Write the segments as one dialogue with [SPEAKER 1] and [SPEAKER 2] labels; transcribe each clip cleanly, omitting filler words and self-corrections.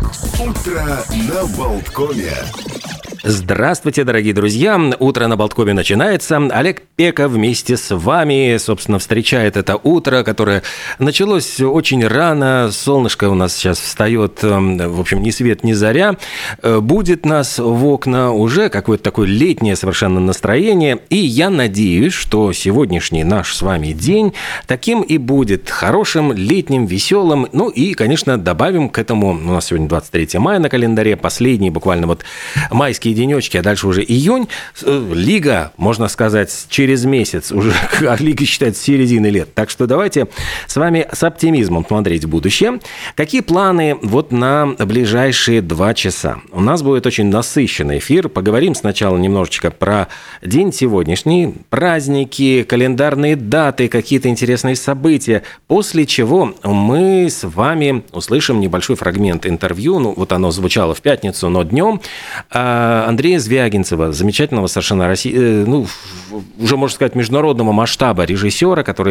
[SPEAKER 1] Утро на Болткоме.
[SPEAKER 2] Здравствуйте, дорогие друзья! Утро на Болткоме начинается. Олег Пека вместе с вами, собственно, встречает это утро, которое началось очень рано. Солнышко у нас сейчас встает, в общем, ни свет, ни заря. Будет нас в окна уже какое-то такое летнее совершенно настроение. И я надеюсь, что сегодняшний наш с вами день таким и будет. Хорошим, летним, веселым. Ну и, конечно, добавим к этому, у нас сегодня 23 мая на календаре, последний буквально вот майский денечки, а дальше уже июнь. Лига, можно сказать, через месяц уже, а Лига считает с середины лет. Так что давайте с вами с оптимизмом смотреть в будущее. Какие планы вот на ближайшие 2 часа? У нас будет очень насыщенный эфир. Поговорим сначала немножечко про день сегодняшний, праздники, календарные даты, какие-то интересные события. После чего мы с вами услышим небольшой фрагмент интервью. Ну, вот оно звучало в пятницу, но днем. Андрея Звягинцева, замечательного совершенно уже, можно сказать, международного масштаба режиссера, который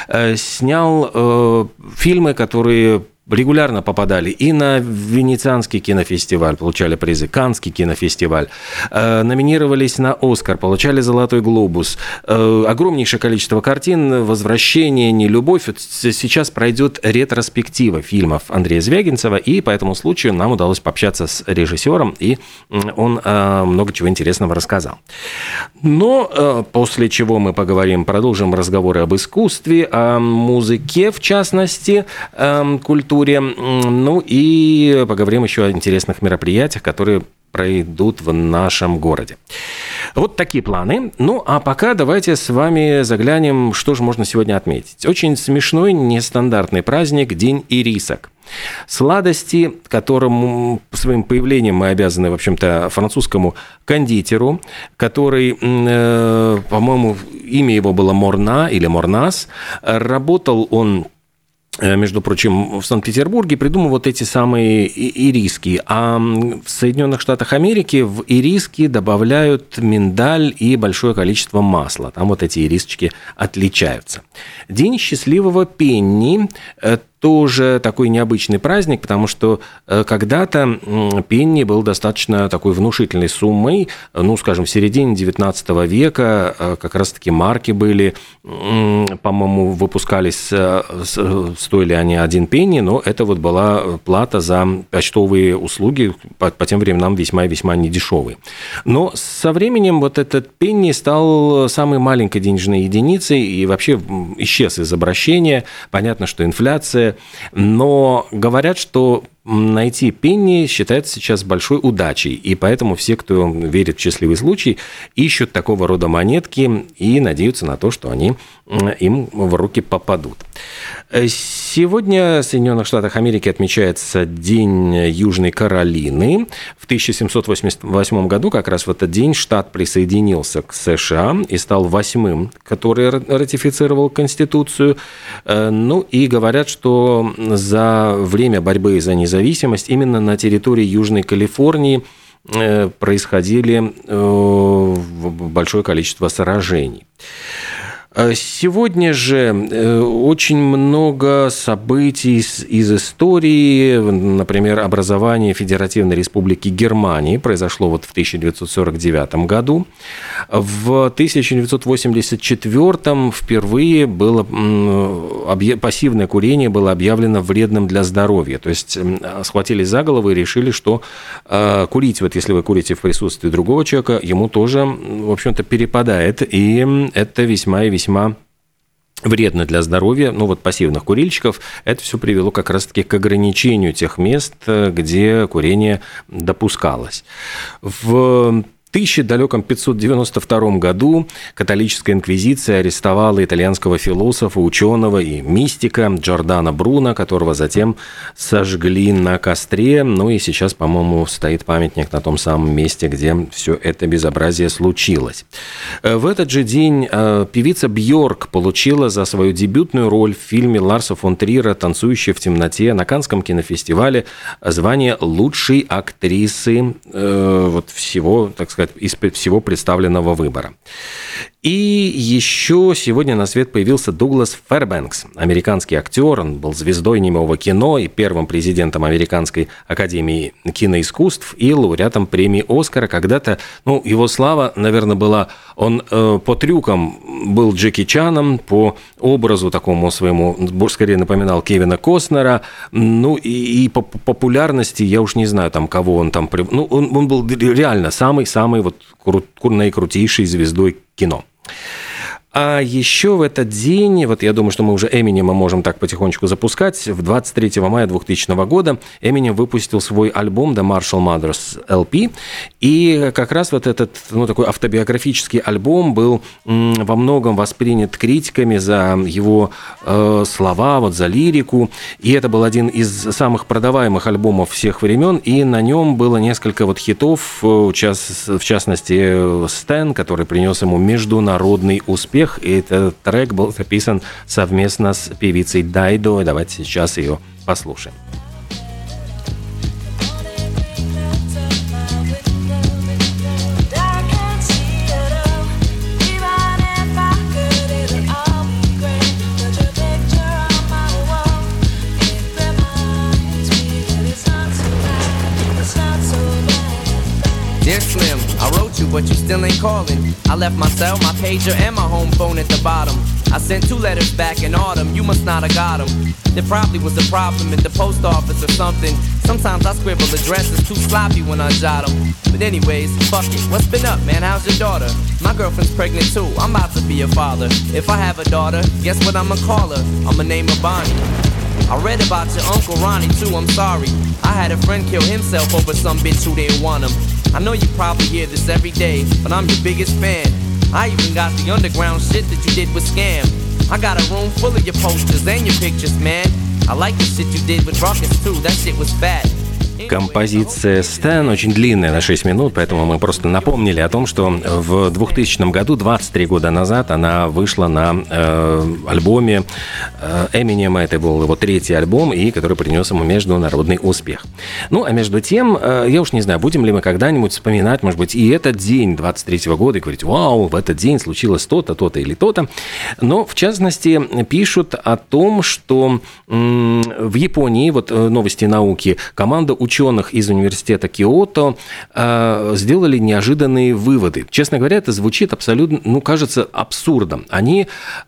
[SPEAKER 2] снял фильмы, которые регулярно попадали и на Венецианский кинофестиваль, получали призы, Каннский кинофестиваль, номинировались на «Оскар», получали «Золотой глобус». Огромнейшее количество картин, «Возвращение», «Нелюбовь». Сейчас пройдет ретроспектива фильмов Андрея Звягинцева, и по этому случаю нам удалось пообщаться с режиссером, и он много чего интересного рассказал. Но после чего мы продолжим разговоры об искусстве, о музыке, в частности, культуре. Ну и поговорим еще о интересных мероприятиях, которые пройдут в нашем городе. Вот такие планы. Ну, а пока давайте с вами заглянем, что же можно сегодня отметить. Очень смешной, нестандартный праздник – День ирисок. Сладости, которым своим появлением мы обязаны, в общем-то, французскому кондитеру, который, по-моему, имя его было Морна или Морнас. Работал он, между прочим, в Санкт-Петербурге, придумал вот эти самые ириски. А в Соединенных Штатах Америки в ириски добавляют миндаль и большое количество масла. Там вот эти ирисочки отличаются. День счастливого пенни – тоже такой необычный праздник, потому что когда-то пенни был достаточно такой внушительной суммой. Ну, скажем, в середине 19 века как раз-таки марки были, по-моему, выпускались, стоили они 1 пенни, но это вот была плата за почтовые услуги, по тем временам весьма и весьма недешевые. Но со временем вот этот пенни стал самой маленькой денежной единицей и вообще исчез из обращения. Понятно, что инфляция. Но говорят, что найти пенни считается сейчас большой удачей, и поэтому все, кто верит в счастливый случай, ищут такого рода монетки и надеются на то, что они им в руки попадут. Сегодня в Соединенных Штатах Америки отмечается День Южной Каролины. В 1788 году как раз в этот день штат присоединился к США и стал 8-м, который ратифицировал Конституцию. Ну и говорят, что за время борьбы за независимость именно на территории Южной Калифорнии происходили большое количество сражений. Сегодня же очень много событий из истории, например, образование Федеративной Республики Германии произошло вот в 1949 году. В 1984 впервые пассивное курение было объявлено вредным для здоровья. То есть схватились за голову и решили, что курить, вот если вы курите в присутствии другого человека, ему тоже, в общем-то, перепадает. И это весьма и весьма вредно для здоровья, ну вот пассивных курильщиков. Это все привело как раз-таки к ограничению тех мест, где курение допускалось. В 1592 году католическая инквизиция арестовала итальянского философа, ученого и мистика Джордано Бруно, которого затем сожгли на костре. Ну и сейчас, по-моему, стоит памятник на том самом месте, где все это безобразие случилось. В этот же день певица Бьорк получила за свою дебютную роль в фильме Ларса фон Триера «Танцующая в темноте» на Каннском кинофестивале звание лучшей актрисы вот всего, так сказать, из всего представленного выбора. И еще сегодня на свет появился Дуглас Фэрбэнкс, американский актер. Он был звездой немого кино и первым президентом Американской академии киноискусств и лауреатом премии «Оскара». Когда-то, его слава, наверное, была... Он по трюкам был Джеки Чаном, по образу такому своему, скорее напоминал Кевина Костнера. И по популярности, я уж не знаю, там, кого он там... он был реально самый-самый наикрутейшей звездой кино. А еще в этот день, я думаю, что мы уже Эминема можем так потихонечку запускать, в 23 мая 2000 года Эминем выпустил свой альбом The Marshall Mathers LP, и как раз этот, такой автобиографический альбом был во многом воспринят критиками за его слова, за лирику, и это был один из самых продаваемых альбомов всех времен, и на нем было несколько хитов, в частности, Стэн, который принес ему международный успех. И этот трек был записан совместно с певицей Дайдо. Давайте сейчас ее послушаем.
[SPEAKER 3] Dear Slim, I wrote you, but you still ain't calling. I left my cell, my pager, and my home phone at the bottom. I sent 2 letters back in autumn, you must not have got them. There probably was a problem at the post office or something. Sometimes I scribble addresses too sloppy when I jot them. But anyways, fuck it, what's been up, man? How's your daughter? My girlfriend's pregnant too, I'm about to be a father. If I have a daughter, guess what I'ma call her? I'ma name her Bonnie. I read about your Uncle Ronnie too, I'm sorry. I had a friend kill himself over some bitch who didn't want him. I know you probably hear this every day, but I'm your biggest fan. I even got the underground shit that you did with Scam. I got a room full of your posters and your pictures, man. I like the shit you did with Rockets too, that shit was fat.
[SPEAKER 2] Композиция «Стэн» очень длинная, на 6 минут, поэтому мы просто напомнили о том, что в 2000 году, 23 года назад, она вышла на альбоме Эминема. Это был его 3-й альбом, и который принес ему международный успех. А между тем, я уж не знаю, будем ли мы когда-нибудь вспоминать, может быть, и этот день 23 года, и говорить: вау, в этот день случилось то-то, то-то или то-то. Но, в частности, пишут о том, что в Японии, новости науки, команда ученых из университета Киото сделали неожиданные выводы. Честно говоря, это звучит абсолютно, кажется, абсурдом. Они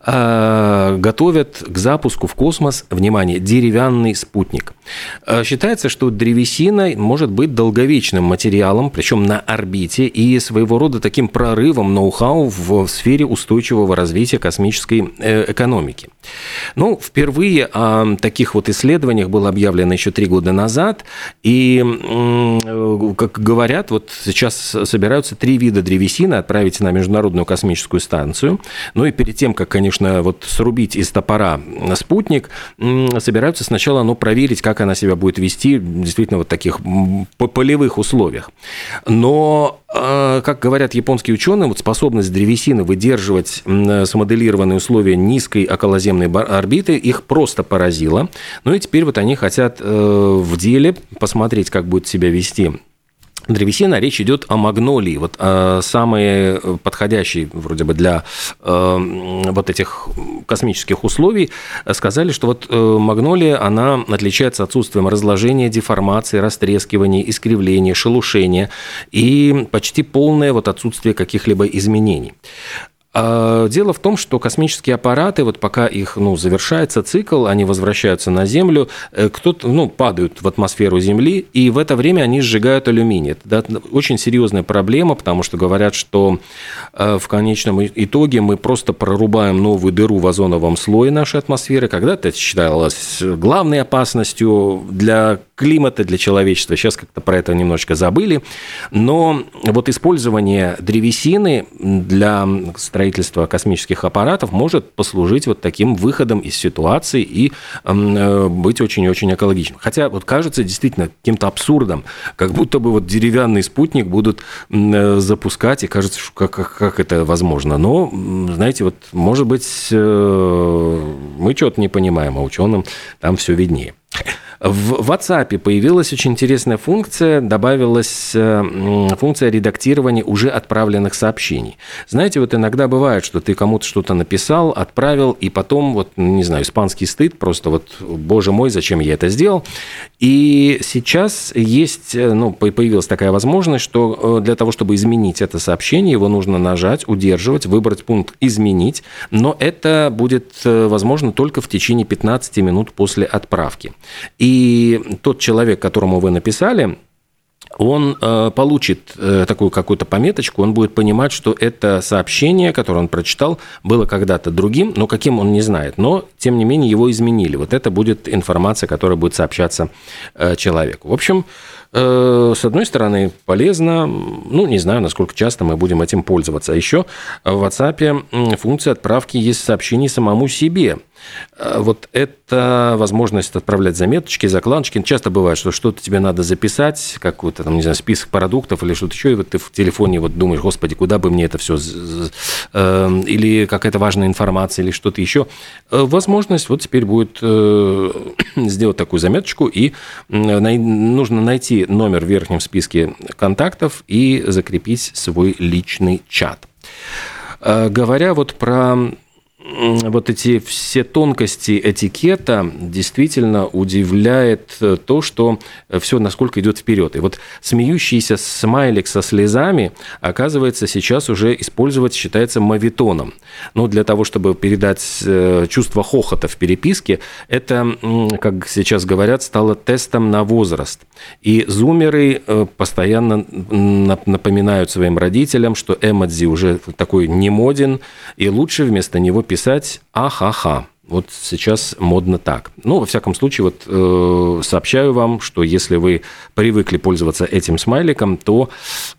[SPEAKER 2] готовят к запуску в космос, внимание, деревянный спутник. Считается, что древесина может быть долговечным материалом, причем на орбите, и своего рода таким прорывом ноу-хау в сфере устойчивого развития космической экономики. Впервые о таких исследованиях было объявлено еще 3 года назад, и, как говорят, сейчас собираются 3 вида древесины отправить на Международную космическую станцию. И перед тем, как, конечно, срубить из топора спутник, собираются сначала проверить, как она себя будет вести действительно в таких полевых условиях. Но, как говорят японские ученые, способность древесины выдерживать смоделированные условия низкой околоземной орбиты их просто поразила. И теперь они хотят в деле посмотреть, как будет себя вести древесина. Речь идет о магнолии, самые подходящие вроде бы для этих космических условий. Сказали, что магнолия, она отличается отсутствием разложения, деформации, растрескивания, искривления, шелушения и почти полное отсутствие каких-либо изменений. Дело в том, что космические аппараты, пока их завершается цикл, они возвращаются на Землю, кто-то падают в атмосферу Земли, и в это время они сжигают алюминий. Это очень серьезная проблема, потому что говорят, что в конечном итоге мы просто прорубаем новую дыру в озоновом слое нашей атмосферы. Когда-то это считалось главной опасностью для климата, для человечества. Сейчас как-то про это немножечко забыли. Но использование древесины для строительства космических аппаратов может послужить таким выходом из ситуации и быть очень-очень экологичным. Хотя кажется действительно каким-то абсурдом, как будто бы деревянный спутник будут запускать, и кажется, что как это возможно. Но, знаете, может быть, мы что-то не понимаем, а ученым там все виднее. В WhatsApp появилась очень интересная функция, добавилась функция редактирования уже отправленных сообщений. Знаете, вот иногда бывает, что ты кому-то что-то написал, отправил, и потом, вот, не знаю, испанский стыд, просто вот, боже мой, зачем я это сделал. И сейчас есть, появилась такая возможность, что для того, чтобы изменить это сообщение, его нужно нажать, удерживать, выбрать пункт «Изменить», но это будет возможно только в течение 15 минут после отправки. И тот человек, которому вы написали, он получит такую какую-то пометочку, он будет понимать, что это сообщение, которое он прочитал, было когда-то другим, но каким он не знает, но, тем не менее, его изменили. Вот это будет информация, которая будет сообщаться человеку. В общем, с одной стороны, полезно, не знаю, насколько часто мы будем этим пользоваться. А еще в WhatsApp функция отправки есть сообщений самому себе. Вот это возможность отправлять заметочки, закладочки. Часто бывает, что что-то тебе надо записать, какой-то там, не знаю, список продуктов или что-то еще, и вот ты в телефоне вот думаешь, господи, куда бы мне это все, или какая-то важная информация, или что-то еще. Возможность вот теперь будет сделать такую заметочку, и нужно найти номер в верхнем списке контактов и закрепить свой личный чат. Говоря вот про вот эти все тонкости этикета, действительно удивляет то, что все насколько идет вперед. И вот смеющийся смайлик со слезами, оказывается, сейчас уже использовать считается мавитоном. Но для того, чтобы передать чувство хохота в переписке, это, как сейчас говорят, стало тестом на возраст. И зумеры постоянно напоминают своим родителям, что эмодзи уже такой не моден, и лучше вместо него писать «ахаха». Вот сейчас модно так. Во всяком случае, вот сообщаю вам, что если вы привыкли пользоваться этим смайликом, то,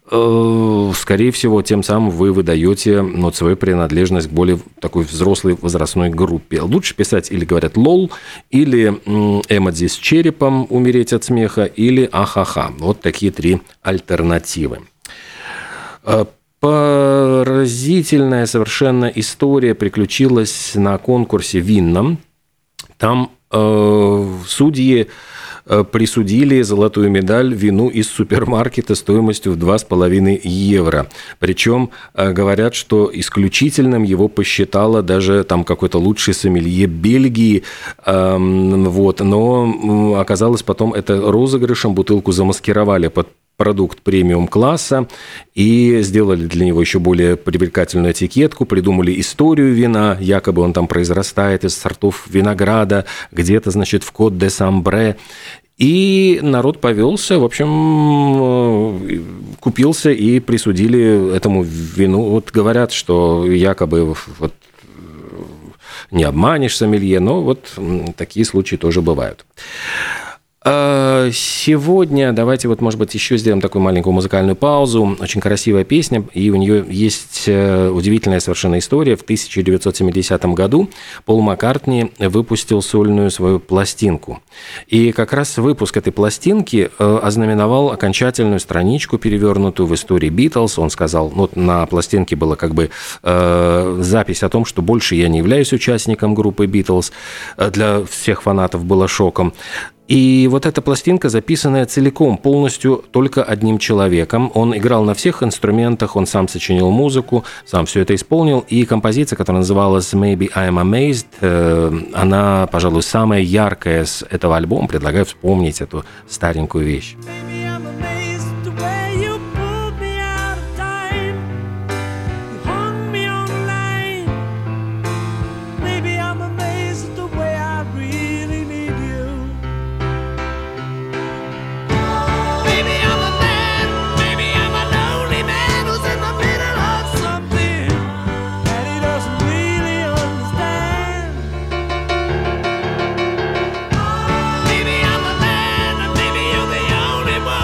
[SPEAKER 2] скорее всего, тем самым вы выдаете свою принадлежность к более такой взрослой возрастной группе. Лучше писать или, говорят, лол, или эмодзи с черепом умереть от смеха, или ахаха. Вот такие три альтернативы. Поразительная совершенно история приключилась на конкурсе винном. Там судьи присудили золотую медаль вину из супермаркета стоимостью в 2,5 евро. Причем говорят, что исключительным его посчитало даже там какой-то лучший сомелье Бельгии. Но оказалось потом это розыгрышем, бутылку замаскировали под продукт премиум-класса и сделали для него еще более привлекательную этикетку, придумали историю вина, якобы он там произрастает из сортов винограда, где-то, значит, в Кот-де-Самбре. И народ повелся, в общем, купился и присудили этому вину. Вот говорят, что якобы вот не обманешь сомелье, но вот такие случаи тоже бывают. Сегодня давайте может быть, еще сделаем такую маленькую музыкальную паузу. Очень красивая песня, и у нее есть удивительная совершенно история. В 1970 году Пол Маккартни выпустил сольную свою пластинку. И как раз выпуск этой пластинки ознаменовал окончательную страничку, перевернутую в истории Битлз. Он сказал, на пластинке была как бы запись о том, что больше я не являюсь участником группы Битлз. Для всех фанатов было шоком. И вот эта пластинка, записанная целиком, полностью только одним человеком. Он играл на всех инструментах, он сам сочинил музыку, сам все это исполнил. И композиция, которая называлась «Maybe I'm Amazed», она, пожалуй, самая яркая с этого альбома. Предлагаю вспомнить эту старенькую вещь.
[SPEAKER 4] Maybe I'm a man, maybe you're the only one.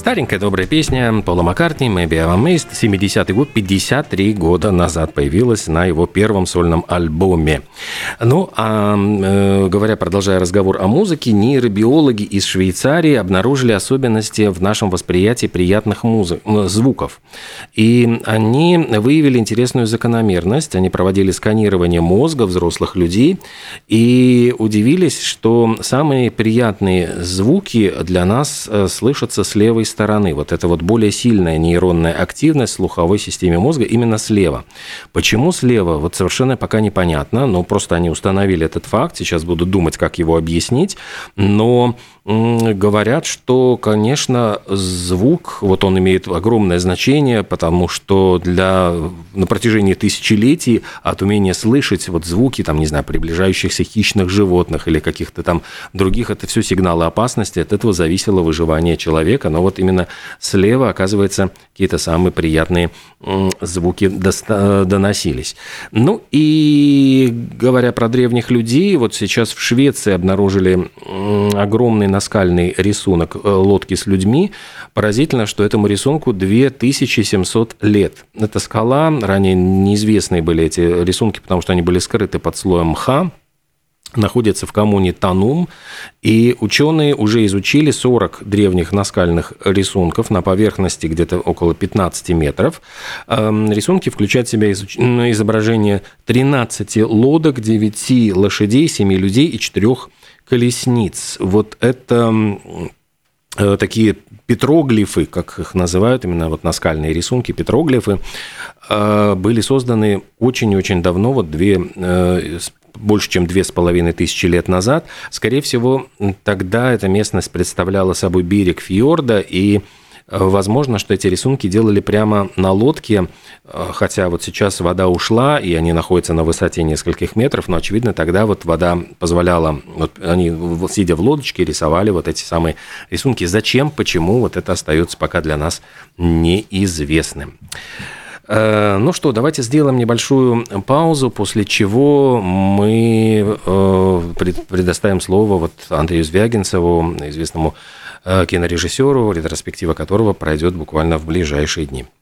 [SPEAKER 2] Старенькая добрая песня Пола Маккартни «Maybe I'm Amazed», 70-й год, 53 года назад появилась на его первом сольном альбоме. Ну, продолжая разговор о музыке, нейробиологи из Швейцарии обнаружили особенности в нашем восприятии приятных звуков. И они выявили интересную закономерность. Они проводили сканирование мозга взрослых людей и удивились, что самые приятные звуки для нас слышатся с левой стороны. Вот это вот более сильная нейронная активность в слуховой системе мозга именно слева. Почему слева? Вот совершенно пока непонятно, но просто они установили этот факт. Сейчас буду думать, как его объяснить. Но говорят, что, конечно, звук, вот он имеет огромное значение, потому что на протяжении тысячелетий от умения слышать вот звуки, там, не знаю, приближающихся хищных животных или каких-то там других, это все сигналы опасности, от этого зависело выживание человека. Но вот именно слева, оказывается, какие-то самые приятные звуки доносились. Ну и говоря про древних людей, вот сейчас в Швеции обнаружили огромный наскальный рисунок лодки с людьми. Поразительно, что этому рисунку 2700 лет. Это скала, ранее неизвестные были эти рисунки, потому что они были скрыты под слоем мха. Находится в коммуне Танум, и ученые уже изучили 40 древних наскальных рисунков на поверхности где-то около 15 метров. Рисунки включают в себя изображение 13 лодок, 9 лошадей, 7 людей и 4 колесниц. Вот это такие петроглифы, как их называют, именно вот наскальные рисунки, петроглифы, были созданы очень-очень давно, вот больше, чем 2500 лет назад. Скорее всего, тогда эта местность представляла собой берег фьорда, и возможно, что эти рисунки делали прямо на лодке, хотя вот сейчас вода ушла, и они находятся на высоте нескольких метров, но, очевидно, тогда вот вода позволяла, вот они, сидя в лодочке, рисовали вот эти самые рисунки. Зачем, почему, вот это остается пока для нас неизвестным. Ну что, давайте сделаем небольшую паузу, после чего мы предоставим слово вот Андрею Звягинцеву, известному кинорежиссеру, ретроспектива которого пройдет буквально в ближайшие дни.